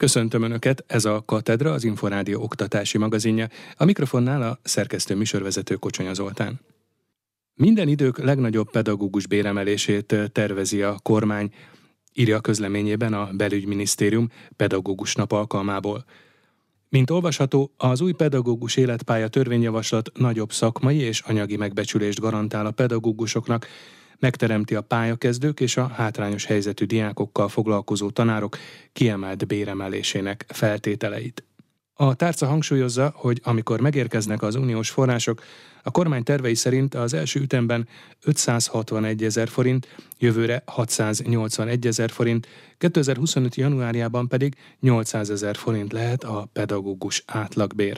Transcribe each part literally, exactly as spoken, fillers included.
Köszöntöm Önöket, ez a Katedra, az Inforádió oktatási magazinja, a mikrofonnál a szerkesztő műsorvezető Kocsonya Zoltán. Minden idők legnagyobb pedagógus béremelését tervezi a kormány, írja a közleményében a Belügyminisztérium pedagógus nap alkalmából. Mint olvasható, az új pedagógus életpálya törvényjavaslat nagyobb szakmai és anyagi megbecsülést garantál a pedagógusoknak, megteremti a pályakezdők és a hátrányos helyzetű diákokkal foglalkozó tanárok kiemelt béremelésének feltételeit. A tárca hangsúlyozza, hogy amikor megérkeznek az uniós források, a kormány tervei szerint az első ütemben ötszázhatvanegy ezer forint, jövőre hatszáznyolcvanegy ezer forint, kétezer-huszonöt januárjában pedig nyolcszázezer forint lehet a pedagógus átlagbér.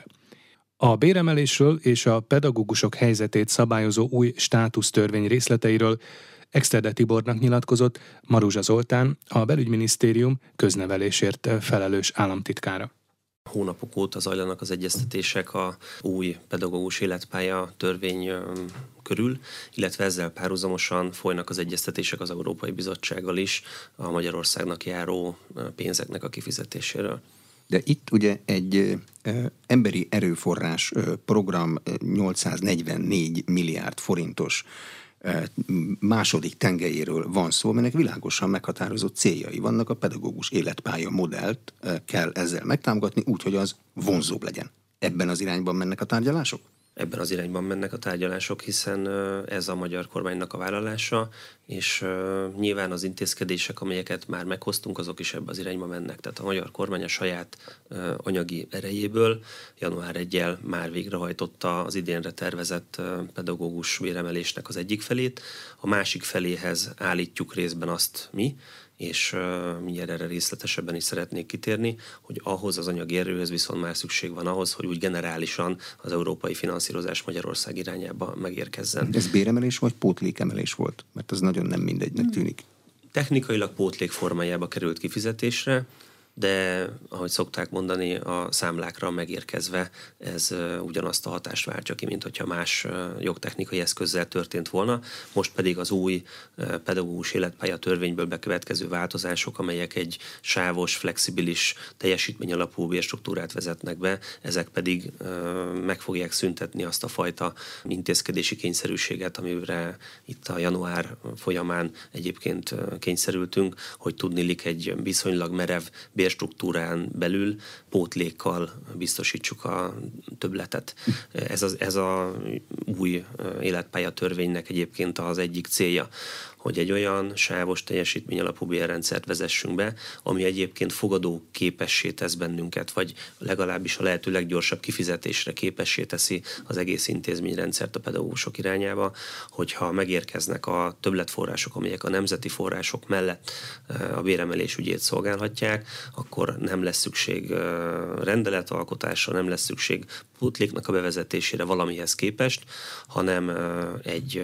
A béremelésről és a pedagógusok helyzetét szabályozó új státusztörvény részleteiről Exterde Tibornak nyilatkozott Maruzsa Zoltán, a Belügyminisztérium köznevelésért felelős államtitkára. Hónapok óta zajlanak az egyeztetések a új pedagógus életpálya törvény körül, illetve ezzel párhuzamosan folynak az egyeztetések az Európai Bizottsággal is a Magyarországnak járó pénzeknek a kifizetéséről. De itt ugye egy ö, emberi erőforrás ö, program nyolcszáznegyvennégy milliárd forintos ö, második tengelyéről van szó, aminek világosan meghatározott céljai vannak. A pedagógus életpálya modellt ö, kell ezzel megtámogatni, úgy, hogy az vonzóbb legyen. Ebben az irányban mennek a tárgyalások? Ebben az irányban mennek a tárgyalások, hiszen ez a magyar kormánynak a vállalása, és nyilván az intézkedések, amelyeket már meghoztunk, azok is ebben az irányba mennek. Tehát a magyar kormány a saját anyagi erejéből január elsejével már végrehajtotta az idénre tervezett pedagógus béremelésnek az egyik felét, a másik feléhez állítjuk részben azt mi, és uh, mindjárt erre részletesebben is szeretnék kitérni, hogy ahhoz az anyagi erőhöz viszont már szükség van ahhoz, hogy úgy generálisan az európai finanszírozás Magyarország irányába megérkezzen. Ez béremelés vagy pótlékemelés volt? Mert az nagyon nem mindegynek tűnik. Technikailag pótlék formájába került kifizetésre, de ahogy szokták mondani, a számlákra megérkezve ez ugyanazt a hatást váltja ki, mint hogyha más jogtechnikai eszközzel történt volna. Most pedig az új pedagógus életpálya törvényből bekövetkező változások, amelyek egy sávos, flexibilis, teljesítmény alapú bérstruktúrát vezetnek be, ezek pedig meg fogják szüntetni azt a fajta intézkedési kényszerűséget, amire itt a január folyamán egyébként kényszerültünk, hogy tudniillik egy viszonylag merev bérstruktúrán belül pótlékkal biztosítsuk a többletet. Ez az, ez a új életpálya törvénynek egyébként az egyik célja, hogy egy olyan sávos teljesítmény alapú bérrendszert vezessünk be, ami egyébként fogadó képessé tesz bennünket, vagy legalábbis a lehető leggyorsabb kifizetésre képessé teszi az egész intézményrendszert a pedagógusok irányába, hogyha megérkeznek a többletforrások, amelyek a nemzeti források mellett a béremelés ügyét szolgálhatják, akkor nem lesz szükség rendeletalkotásra, nem lesz szükség pótléknak a bevezetésére valamihez képest, hanem egy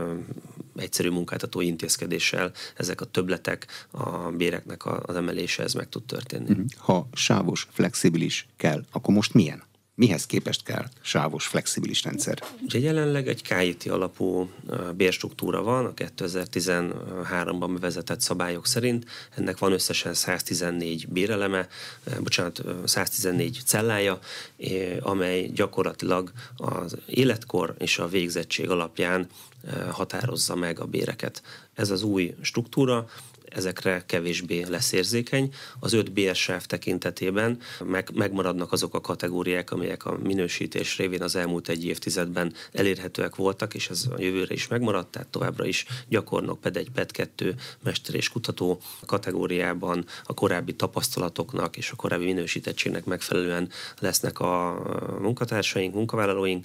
egyszerű munkáltatói intézkedéssel ezek a többletek, a béreknek az emelése, ez meg tud történni. Ha sávos, flexibilis kell, akkor most milyen? Mihez képest kell sávos, flexibilis rendszer? Ugye jelenleg egy ká i té alapú bérstruktúra van, a kétezer-tizenháromban bevezetett szabályok szerint. Ennek van összesen száztizennégy béreleme, bocsánat, száztizennégy cellája, amely gyakorlatilag az életkor és a végzettség alapján határozza meg a béreket. Ez az új struktúra ezekre kevésbé lesz érzékeny. Az öt bérsáv tekintetében meg, megmaradnak azok a kategóriák, amelyek a minősítés révén az elmúlt egy évtizedben elérhetőek voltak, és ez a jövőre is megmaradt, tehát továbbra is gyakornok, ped egy, ped kettő, mester és kutató kategóriában a korábbi tapasztalatoknak és a korábbi minősítettségnek megfelelően lesznek a munkatársaink, munkavállalóink,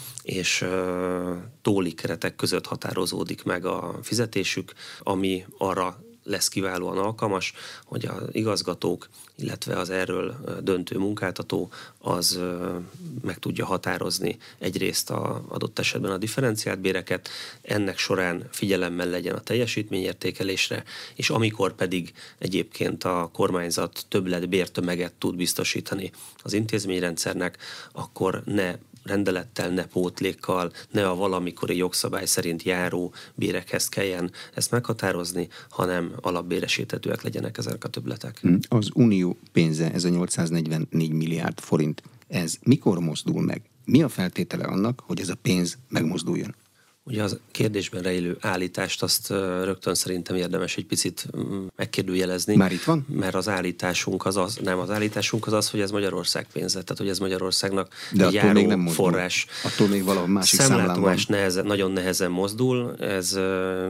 és uh, tóli keretek között határozódik meg a fizetésük, ami arra lesz kiválóan alkalmas, hogy az igazgatók, illetve az erről döntő munkáltató az meg tudja határozni egyrészt a adott esetben a differenciált béreket, ennek során figyelemmel legyen a teljesítményértékelésre, és amikor pedig egyébként a kormányzat többlet bértömeget tud biztosítani az intézményrendszernek, akkor ne rendelettel, ne pótlékkal, ne a valamikori jogszabály szerint járó bérekhez kelljen ezt meghatározni, hanem alapbéresítetőek legyenek ezek a többletek. Az unió pénze, ez a nyolcszáznegyvennégy milliárd forint, ez mikor mozdul meg? Mi a feltétele annak, hogy ez a pénz megmozduljon? Ugye az kérdésben rejlő állítást azt rögtön szerintem érdemes egy picit megkérdőjelezni. Már itt van? Mert az állításunk az az, nem az állításunk az az, hogy ez Magyarország pénze, tehát hogy ez Magyarországnak de egy járó még nem forrás. Attól még valahol másik számlán van. Nehezen, nagyon nehezen mozdul, ez uh,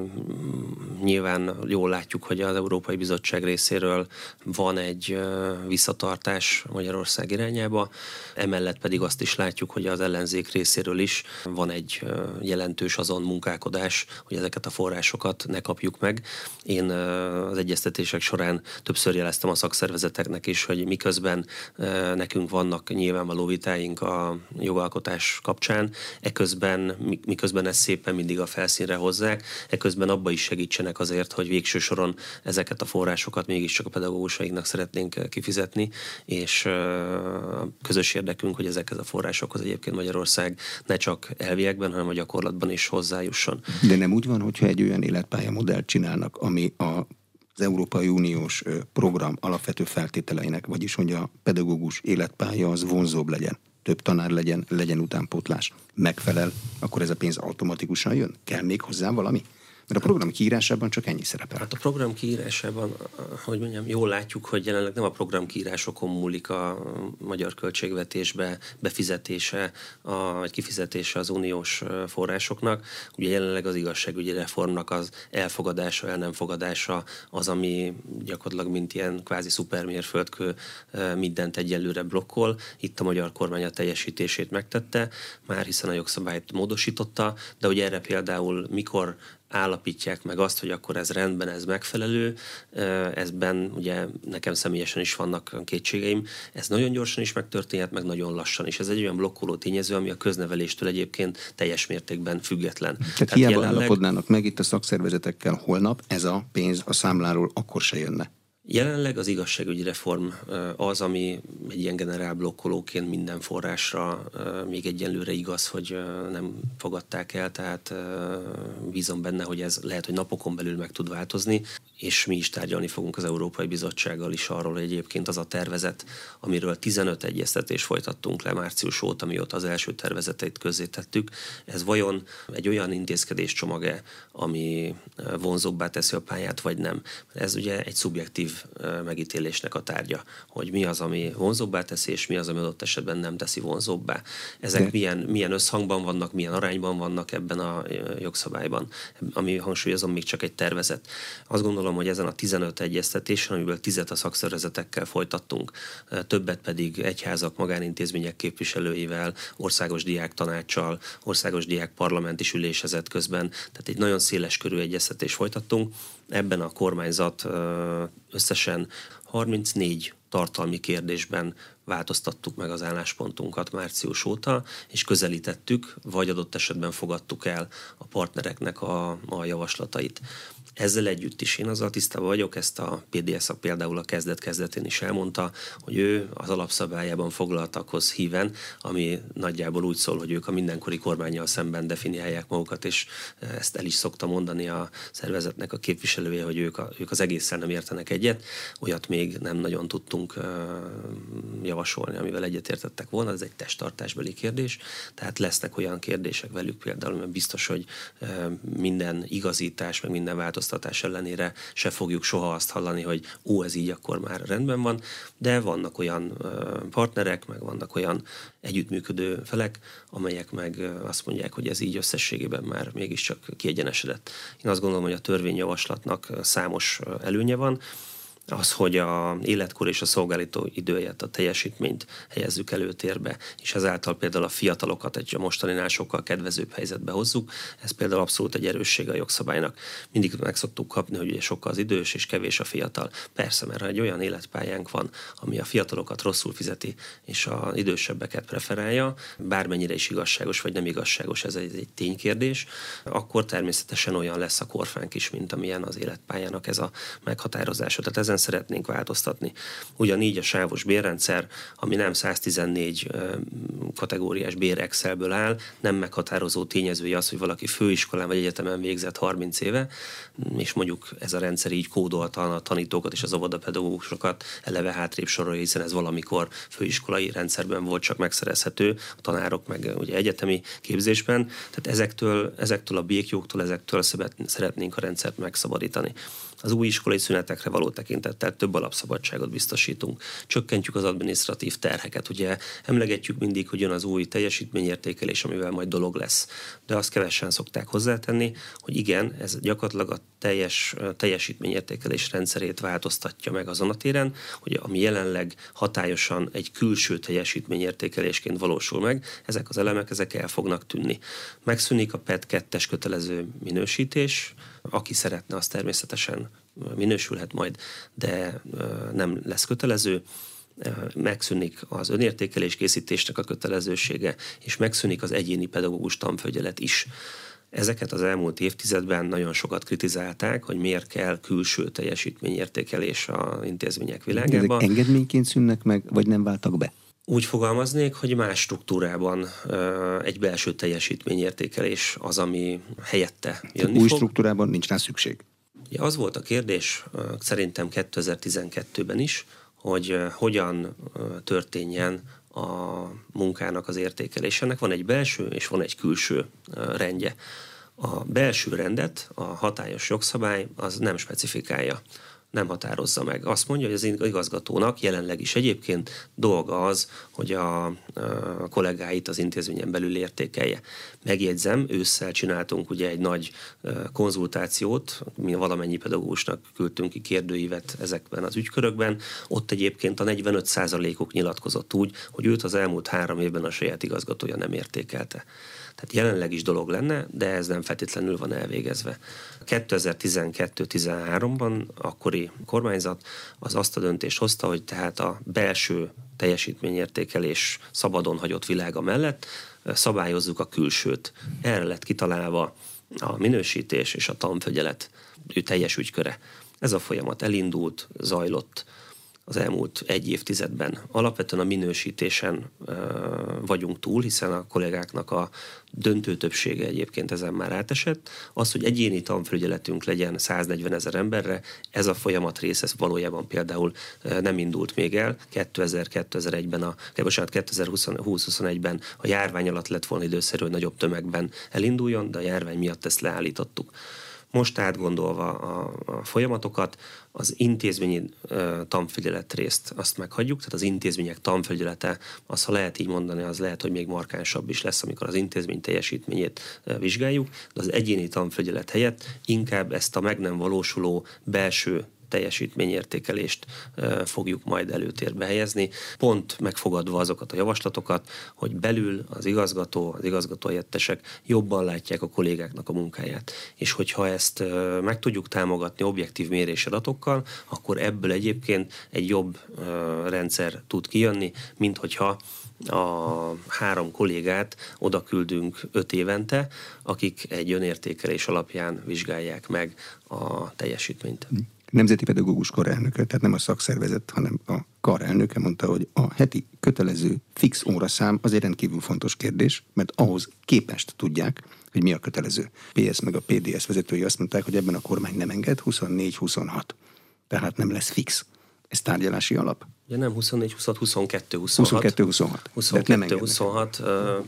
nyilván jól látjuk, hogy az Európai Bizottság részéről van egy uh, visszatartás Magyarország irányába, emellett pedig azt is látjuk, hogy az ellenzék részéről is van egy uh, jelentős azon munkálkodás, hogy ezeket a forrásokat ne kapjuk meg. Én az egyeztetések során többször jeleztem a szakszervezeteknek is, hogy miközben nekünk vannak nyilvánvaló vitáink a jogalkotás kapcsán, eközben, miközben ezt szépen mindig a felszínre hozzák, eközben abba is segítsenek azért, hogy végső soron ezeket a forrásokat mégiscsak a pedagógusainknak szeretnénk kifizetni, és közös érdekünk, hogy ezekhez a forrásokhoz egyébként Magyarország ne csak elviekben, hanem a gyakorlatban is hozzájusson. De nem úgy van, hogyha egy olyan életpályamodellt csinálnak, ami a, az Európai Uniós program alapvető feltételeinek, vagyis hogy a pedagógus életpálya az vonzóbb legyen, több tanár legyen, legyen utánpótlás, megfelel, akkor ez a pénz automatikusan jön? Kell még hozzá valami? Mert a program kiírásában csak ennyi szerepel. Hát a program kiírásában, hogy mondjam, jól látjuk, hogy jelenleg nem a program kiírásokon múlik a magyar költségvetésbe befizetése, a, vagy kifizetése az uniós forrásoknak. Ugye jelenleg az igazságügyi reformnak az elfogadása, el nem fogadása az, ami gyakorlatilag mint ilyen kvázi szupermérföldkő mindent egyelőre blokkol. Itt a magyar kormány a teljesítését megtette, már hiszen a jogszabályt módosította, de hogy erre például mikor állapítják meg azt, hogy akkor ez rendben, ez megfelelő, ezben ugye nekem személyesen is vannak kétségeim. Ez nagyon gyorsan is megtörténhet, meg nagyon lassan is. Ez egy olyan blokkoló tényező, ami a közneveléstől egyébként teljes mértékben független. Tehát, Tehát hiába jelenleg... állapodnának meg itt a szakszervezetekkel holnap, ez a pénz a számláról akkor se jönne. Jelenleg az igazságügyi reform az, ami egy ilyen generál blokkolóként minden forrásra még egyenlőre igaz, hogy nem fogadták el, tehát bízom benne, hogy ez lehet, hogy napokon belül meg tud változni, és mi is tárgyalni fogunk az Európai Bizottsággal is arról, hogy egyébként az a tervezet, amiről tizenöt egyeztetést folytattunk le március óta, mióta az első tervezeteit közzétettük, ez vajon egy olyan intézkedéscsomag-e, ami vonzóbbá teszi a pályát, vagy nem. Ez ugye egy szubjektív megítélésnek a tárgya, hogy mi az, ami vonzóbbá teszi, és mi az, ami adott esetben nem teszi vonzóbbá. Ezek milyen, milyen összhangban vannak, milyen arányban vannak ebben a jogszabályban, ami hangsúlyozom még csak egy tervezet. Azt gondolom, hogy ezen a tizenöt egyeztetésen, amiből tízet a szakszervezetekkel folytattunk, többet pedig egyházak, magánintézmények képviselőivel, országos diáktanáccsal, országos diák parlament is ülésezett közben, tehát egy nagyon széles körű egyeztetés folytattunk. Ebben a kormányzat összesen harmincnégy tartalmi kérdésben változtattuk meg az álláspontunkat március óta, és közelítettük, vagy adott esetben fogadtuk el a partnereknek a, a javaslatait. Ezzel együtt is én azzal tisztában vagyok, ezt a pé dé es szak például a kezdet-kezdetén is elmondta, hogy ő az alapszabályában foglaltakhoz híven, ami nagyjából úgy szól, hogy ők a mindenkori kormánnyal szemben definiálják magukat, és ezt el is szokta mondani a szervezetnek a képviselője, hogy ők, a, ők az egészen nem értenek egyet. Olyat még nem nagyon tudtunk uh, javasolni, amivel egyetértettek volna, ez egy testtartásbeli kérdés, tehát lesznek olyan kérdések velük például, mert biztos, hogy uh, minden igazítás, meg minden változtatás ellenére se fogjuk soha azt hallani, hogy ó, ez így akkor már rendben van, de vannak olyan partnerek, meg vannak olyan együttműködő felek, amelyek meg azt mondják, hogy ez így összességében már mégiscsak kiegyenesedett. Én azt gondolom, hogy a törvényjavaslatnak számos előnye van, az, hogy a életkor és a szolgáltató időjét, a teljesítményt helyezzük előtérbe, és ezáltal például a fiatalokat egy a mostaninál sokkal kedvezőbb helyzetbe hozzuk, ez például abszolút egy erőssége a jogszabálynak. Mindig meg szoktuk kapni, hogy ugye sokkal az idős és kevés a fiatal. Persze, mert ha egy olyan életpályánk van, ami a fiatalokat rosszul fizeti, és az idősebbeket preferálja, bármennyire is igazságos vagy nem igazságos, ez egy, egy ténykérdés, akkor természetesen olyan lesz a korfánk is, mint amilyen az életpályának ez a meghatározása. Tehát ezen ezen szeretnénk változtatni. Ugyanígy a sávos bérrendszer, ami nem száztizennégy kategóriás bér Excelből áll, nem meghatározó tényezője az, hogy valaki főiskolán vagy egyetemen végzett harminc éve, és mondjuk ez a rendszer így kódolta a tanítókat és az óvodapedagógusokat, eleve hátrébb sorolja, hiszen ez valamikor főiskolai rendszerben volt csak megszerezhető, a tanárok meg ugye egyetemi képzésben, tehát ezektől, ezektől a békjogtól, ezektől szeretnénk a rendszert megszabadítani. Az új iskolai szünetekre való tekintettel több alapszabadságot biztosítunk. Csökkentjük az adminisztratív terheket. Ugye emlegetjük mindig, hogy jön az új teljesítményértékelés, amivel majd dolog lesz. De azt kevesen szokták hozzátenni, hogy igen, ez gyakorlatilag a teljes teljesítményértékelés rendszerét változtatja meg azon a téren, hogy ami jelenleg hatályosan egy külső teljesítményértékelésként valósul meg, ezek az elemek ezek el fognak tűnni. Megszűnik a P E T kettes kötelező minősítés, aki szeretne, az természetesen minősülhet majd, de nem lesz kötelező. Megszűnik az önértékelés készítésnek a kötelezősége, és megszűnik az egyéni pedagógus tanfölgyelet is. Ezeket az elmúlt évtizedben nagyon sokat kritizálták, hogy miért kell külső teljesítményértékelés az intézmények világában. Ezek engedményként szűnnek meg, vagy nem váltak be? Úgy fogalmaznék, hogy más struktúrában egy belső teljesítményértékelés az, ami helyette jönni új fog. struktúrában nincs rá szükség. Ja, az volt a kérdés szerintem kétezer-tizenkettőben is, hogy hogyan történjen a munkának az értékelése. Ennek van egy belső és van egy külső rendje. A belső rendet a hatályos jogszabály az nem specifikálja, nem határozza meg. Azt mondja, hogy az igazgatónak jelenleg is egyébként dolga az, hogy a, a kollégáit az intézményen belül értékelje. Megjegyzem, ősszel csináltunk ugye egy nagy konzultációt, mi valamennyi pedagógusnak küldtünk ki kérdőívet ezekben az ügykörökben. Ott egyébként a negyvenöt százalékuk nyilatkozott úgy, hogy őt az elmúlt három évben a saját igazgatója nem értékelte. Tehát jelenleg is dolog lenne, de ez nem feltétlenül van elvégezve. kétezer-tizenkettő-tizenháromban akkori kormányzat az azt a döntést hozta, hogy tehát a belső teljesítményértékelés szabadon hagyott világa mellett szabályozzuk a külsőt. Erre lett kitalálva a minősítés és a tanfölgyelet ő teljes ügyköre. Ez a folyamat elindult, zajlott az elmúlt egy évtizedben. Alapvetően a minősítésen uh, vagyunk túl, hiszen a kollégáknak a döntő többsége egyébként ezen már átesett. Az, hogy egyéni tanfelügyeletünk legyen száznegyvenezer emberre, ez a folyamat rész, ez valójában például uh, nem indult még el. kétezer-kétezer-egyben, a, bocsánat, kétezer-húsz-huszonegyben a járvány alatt lett volna időszerű, hogy nagyobb tömegben elinduljon, de a járvány miatt ezt leállítottuk. Most átgondolva a, a folyamatokat, az intézményi uh, tanfelügyelet részt azt meghagyjuk, tehát az intézmények tanfelügyelete, az, ha lehet így mondani, az lehet, hogy még markánsabb is lesz, amikor az intézmény teljesítményét uh, vizsgáljuk, de az egyéni tanfelügyelet helyett inkább ezt a meg nem valósuló belső teljesítményértékelést uh, fogjuk majd előtérbe helyezni, pont megfogadva azokat a javaslatokat, hogy belül az igazgató, az igazgatóhelyettesek jobban látják a kollégáknak a munkáját. És hogyha ezt uh, meg tudjuk támogatni objektív mérési adatokkal, akkor ebből egyébként egy jobb uh, rendszer tud kijönni, mint hogyha a három kollégát oda küldünk öt évente, akik egy önértékelés alapján vizsgálják meg a teljesítményt. Nemzeti Pedagógus Karelnöke, tehát nem a szakszervezet, hanem a karelnöke mondta, hogy a heti kötelező fix óraszám az egy rendkívül fontos kérdés, mert ahhoz képest tudják, hogy mi a kötelező. pé es meg a pé dé es vezetői azt mondták, hogy ebben a kormány nem enged, huszonnégy huszonhat. Tehát nem lesz fix. Ez tárgyalási alap? Ja, nem huszonnégy huszonhat, huszonkettő huszonhat. huszonkettő huszonhat. huszonkettő huszonhat.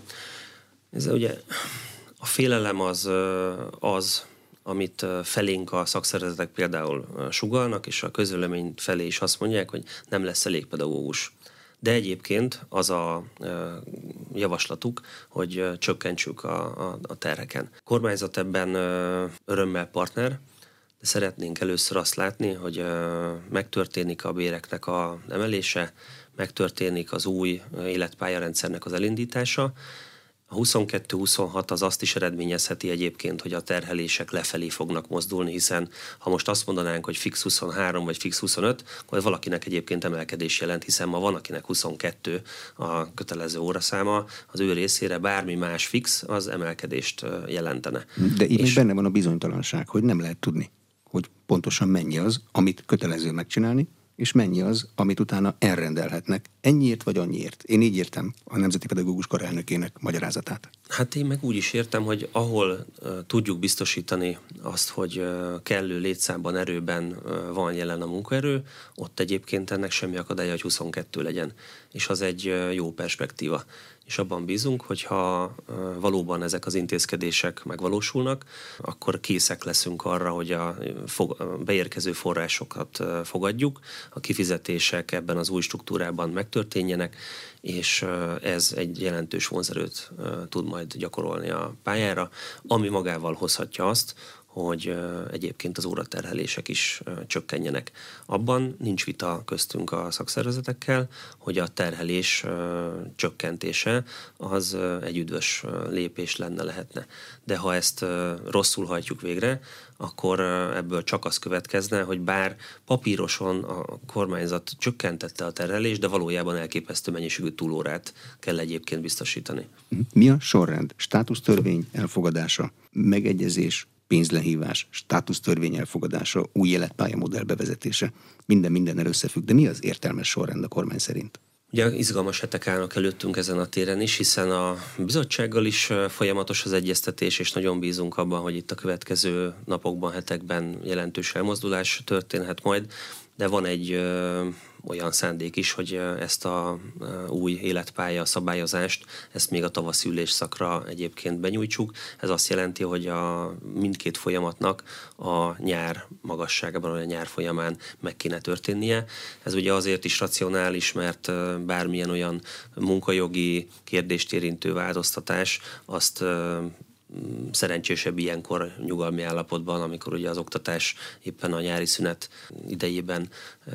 Ez ugye a félelem az az, amit felénk a szakszervezetek például sugallnak, és a közvélemény felé is azt mondják, hogy nem lesz elég pedagógus. De egyébként az a javaslatuk, hogy csökkentsük a, a, a terheken. A kormányzat ebben örömmel partner, de szeretnénk először azt látni, hogy megtörténik a béreknek a emelése, megtörténik az új életpályarendszernek az elindítása. A huszonkettő huszonhat az azt is eredményezheti egyébként, hogy a terhelések lefelé fognak mozdulni, hiszen ha most azt mondanánk, hogy fix huszonhárom vagy fix huszonöt, akkor valakinek egyébként emelkedés jelent, hiszen ma van, akinek huszonkettő a kötelező óraszáma, az ő részére bármi más fix, az emelkedést jelentene. De itt még benne van a bizonytalanság, hogy nem lehet tudni, hogy pontosan mennyi az, amit kötelező megcsinálni, és mennyi az, amit utána elrendelhetnek. Ennyiért vagy annyiért. Én így értem a Nemzeti Pedagógus Kar elnökének magyarázatát. Hát én meg úgy is értem, hogy ahol uh, tudjuk biztosítani azt, hogy uh, kellő létszámban, erőben uh, van jelen a munkaerő, ott egyébként ennek semmi akadálya, hogy huszonkettő legyen. És az egy uh, jó perspektíva. És abban bízunk, hogy ha uh, valóban ezek az intézkedések megvalósulnak, akkor készek leszünk arra, hogy a fog, beérkező forrásokat uh, fogadjuk, a kifizetések ebben az új struktúrában megtörténjenek, és uh, ez egy jelentős vonzerőt uh, tud majd gyakorolni a pályára, ami magával hozhatja azt, hogy egyébként az óraterhelések is csökkenjenek. Abban nincs vita köztünk a szakszervezetekkel, hogy a terhelés csökkentése az egy üdvös lépés lenne, lehetne. De ha ezt rosszul hajtjuk végre, akkor ebből csak az következne, hogy bár papíroson a kormányzat csökkentette a terhelést, de valójában elképesztő mennyiségű túlórát kell egyébként biztosítani. Mi a sorrend? Státusztörvény elfogadása, megegyezés, pénzlehívás, státusztörvény elfogadása, új életpályamodell bevezetése. Minden mindennel összefügg. De mi az értelmes sorrend a kormány szerint? Ugye izgalmas hetek állnak előttünk ezen a téren is, hiszen a bizottsággal is folyamatos az egyeztetés, és nagyon bízunk abban, hogy itt a következő napokban, hetekben jelentős elmozdulás történhet majd, de van egy ö, olyan szándék is, hogy ezt a ö, új életpálya szabályozást, ezt még a tavaszi ülésszakra egyébként benyújtsuk. Ez azt jelenti, hogy a mindkét folyamatnak a nyár magasságában, vagy a nyár folyamán meg kéne történnie. Ez ugye azért is racionális, mert bármilyen olyan munkajogi kérdést érintő változtatás, azt ö, szerencsésebb ilyenkor nyugalmi állapotban, amikor ugye az oktatás éppen a nyári szünet idejében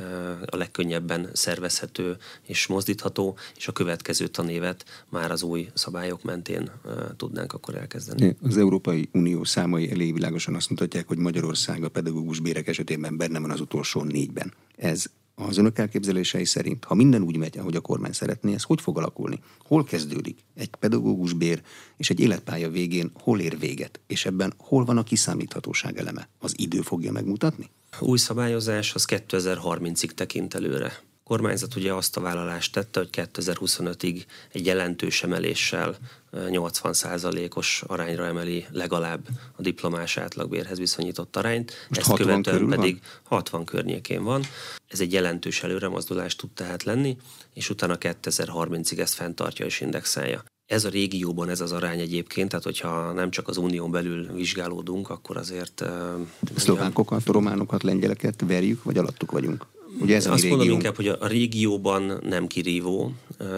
a legkönnyebben szervezhető és mozdítható, és a következő tanévet már az új szabályok mentén tudnánk akkor elkezdeni. Az Európai Unió számai elég világosan azt mutatják, hogy Magyarország a pedagógus bérek esetében benne van az utolsó négyben. Ez az önök elképzelései szerint, ha minden úgy megy, ahogy a kormány szeretné, ez hogy fog alakulni? Hol kezdődik egy pedagógus bér, és egy életpálya végén hol ér véget? És ebben hol van a kiszámíthatóság eleme? Az idő fogja megmutatni? Új szabályozás az kétezer-harmincig tekint előre. A kormányzat ugye azt a vállalást tette, hogy kétezer-huszonötig egy jelentős emeléssel nyolcvan százalékos arányra emeli legalább a diplomás átlagbérhez viszonyított arányt. Most ezt követően pedig van? hatvan környékén van. Ez egy jelentős előremozdulás tud tehát lenni, és utána kétezer-harmincig ezt fenntartja és indexálja. Ez a régióban ez az arány egyébként, tehát hogyha nem csak az unión belül vizsgálódunk, akkor azért... A szlovákokat, románokat, lengyeleket verjük, vagy alattuk vagyunk? Ugye ez a Azt mondom régiónk. inkább, hogy a régióban nem kirívó.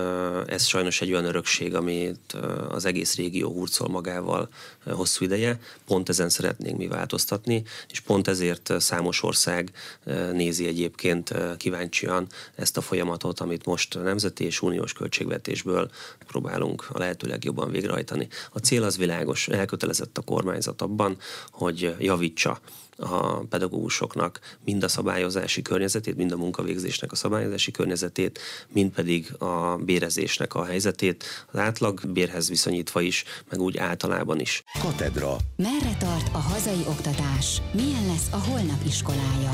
Ez sajnos egy olyan örökség, amit az egész régió hurcol magával hosszú ideje. Pont ezen szeretnénk mi változtatni, és pont ezért számos ország nézi egyébként kíváncsian ezt a folyamatot, amit most nemzeti és uniós költségvetésből próbálunk a lehető legjobban végrehajtani. A cél az világos, elkötelezett a kormányzat abban, hogy javítsa a pedagógusoknak mind a szabályozási környezetét, mind a munkavégzésnek a szabályozási környezetét, mind pedig a bérezésnek a helyzetét, az átlag bérhez viszonyítva is, meg úgy általában is. Katedra. Merre tart a hazai oktatás? Milyen lesz a holnap iskolája?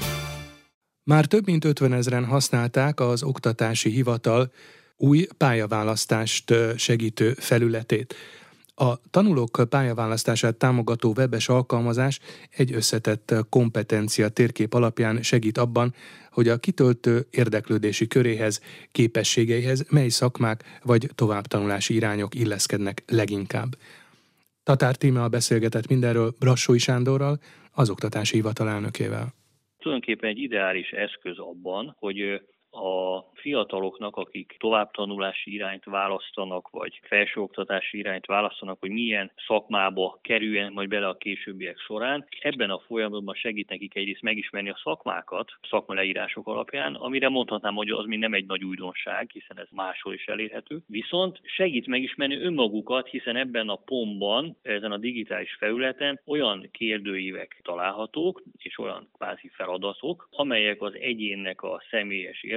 Már több mint ötvenezren használták az Oktatási Hivatal új pályaválasztást segítő felületét. A tanulók pályaválasztását támogató webes alkalmazás egy összetett kompetencia térkép alapján segít abban, hogy a kitöltő érdeklődési köréhez, képességeihez mely szakmák vagy továbbtanulási irányok illeszkednek leginkább. Tatár Tímea beszélgetett mindenről Brassói Sándorral, az Oktatási Hivatal elnökével. Tulajdonképpen egy ideális eszköz abban, hogy a fiataloknak, akik továbbtanulási irányt választanak, vagy felsőoktatási irányt választanak, hogy milyen szakmába kerüljen majd bele a későbbiek során. Ebben a folyamatban segít nekik egyrészt megismerni a szakmákat, szakmaleírások alapján, amire mondhatnám, hogy az még nem egy nagy újdonság, hiszen ez máshol is elérhető. Viszont segít megismerni önmagukat, hiszen ebben a pontban, ezen a digitális felületen olyan kérdőívek találhatók, és olyan kvázi feladatok, amelyek az egyénnek a személyes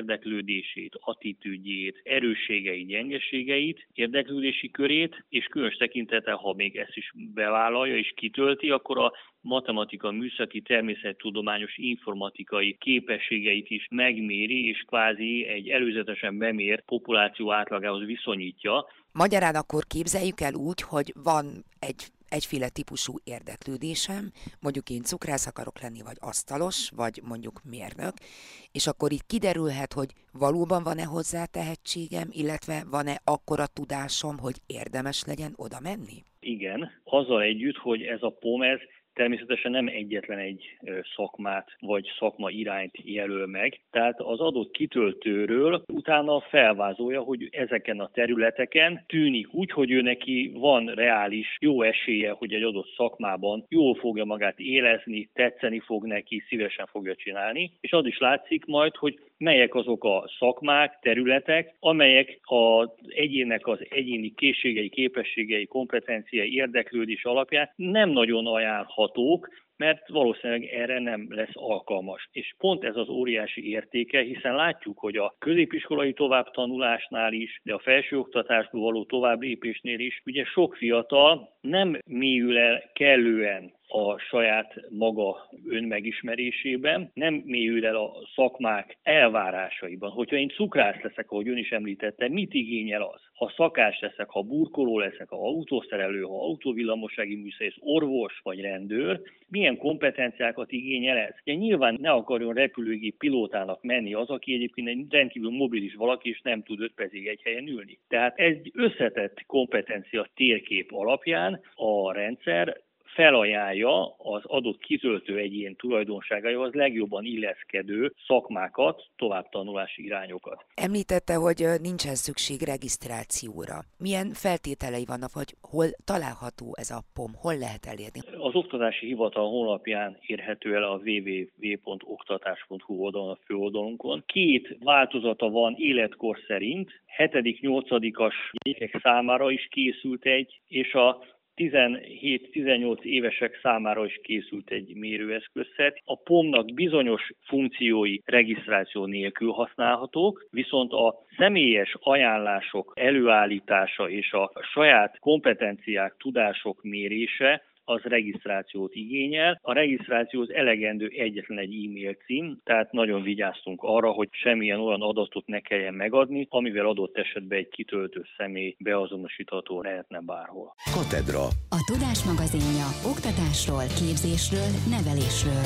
érdeklődését, attitűdjét, erősségeit, gyengeségeit, érdeklődési körét, és különös tekintettel, ha még ezt is bevállalja és kitölti, akkor a matematika, műszaki, természettudományos, informatikai képességeit is megméri, és kvázi egy előzetesen bemért populáció átlagához viszonyítja. Magyarán akkor képzeljük el úgy, hogy van egy egyféle típusú érdeklődésem, mondjuk én cukrász akarok lenni, vagy asztalos, vagy mondjuk mérnök, és akkor itt kiderülhet, hogy valóban van-e hozzá tehetségem, illetve van-e akkora tudásom, hogy érdemes legyen oda menni? Igen, azzal együtt, hogy ez a pom, ez természetesen nem egyetlen egy szakmát vagy szakma irányt jelöl meg, tehát az adott kitöltőről utána felvázolja, hogy ezeken a területeken tűnik úgy, hogy ő neki van reális jó esélye, hogy egy adott szakmában jól fogja magát érezni, tetszeni fog neki, szívesen fogja csinálni, és az is látszik majd, hogy melyek azok a szakmák, területek, amelyek az egyének az egyéni készségei, képességei, kompetenciái, érdeklődés alapján nem nagyon ajánlhatók, mert valószínűleg erre nem lesz alkalmas. És pont ez az óriási értéke, hiszen látjuk, hogy a középiskolai továbbtanulásnál is, de a felsőoktatásból való továbblépésnél is, ugye sok fiatal nem mélyül el kellően a saját maga önmegismerésében, nem mélyül el a szakmák elvárásaiban. Hogyha én cukrász leszek, ahogy ön is említette, mit igényel az? Ha szakás leszek, ha burkoló leszek, ha autószerelő, ha autóvillamosági műszerész, orvos vagy rendőr, milyen kompetenciákat igényel ez? Ugye nyilván ne akarjon repülőgép pilótának menni az, aki egyébként egy rendkívül mobilis valaki, és nem tud öt percig egy helyen ülni. Tehát egy összetett kompetencia térkép alapján a rendszer felajánlja az adott kitöltő egyén tulajdonságaihoz legjobban illeszkedő szakmákat, továbbtanulási irányokat. Említette, hogy nincsen szükség regisztrációra. Milyen feltételei vannak, vagy hol található ez a pom, hol lehet elérni? Az Oktatási Hivatal honlapján érhető el a double-u double-u double-u pont oktatás pont hu oldalon, a főoldalunkon. Két változata van életkor szerint, hetedik-nyolcadikas gyerekek számára is készült egy, és a tizenhét-tizennyolc évesek számára is készült egy mérőeszközszet. A pomnak bizonyos funkciói regisztráció nélkül használhatók, viszont a személyes ajánlások előállítása és a saját kompetenciák, tudások mérése az regisztrációt igényel. A regisztrációhoz elegendő egyetlen egy e-mail cím, tehát nagyon vigyáztunk arra, hogy semmilyen olyan adatot ne kelljen megadni, amivel adott esetben egy kitöltő személy beazonosítható lehetne bárhol. Katedra. A Tudás magazinja oktatásról, képzésről, nevelésről.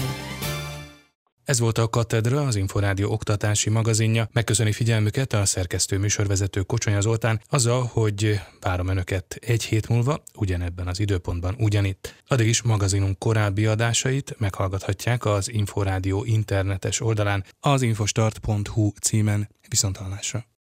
Ez volt a Katedra, az Inforádió oktatási magazinja. Megköszöni figyelmüket a szerkesztő műsorvezető Kocsonya Zoltán azzal, hogy várom önöket egy hét múlva, ugyanebben az időpontban ugyanitt. Addig is magazinunk korábbi adásait meghallgathatják az Inforádió internetes oldalán, az infostart pont hu címen. Viszonthallásra.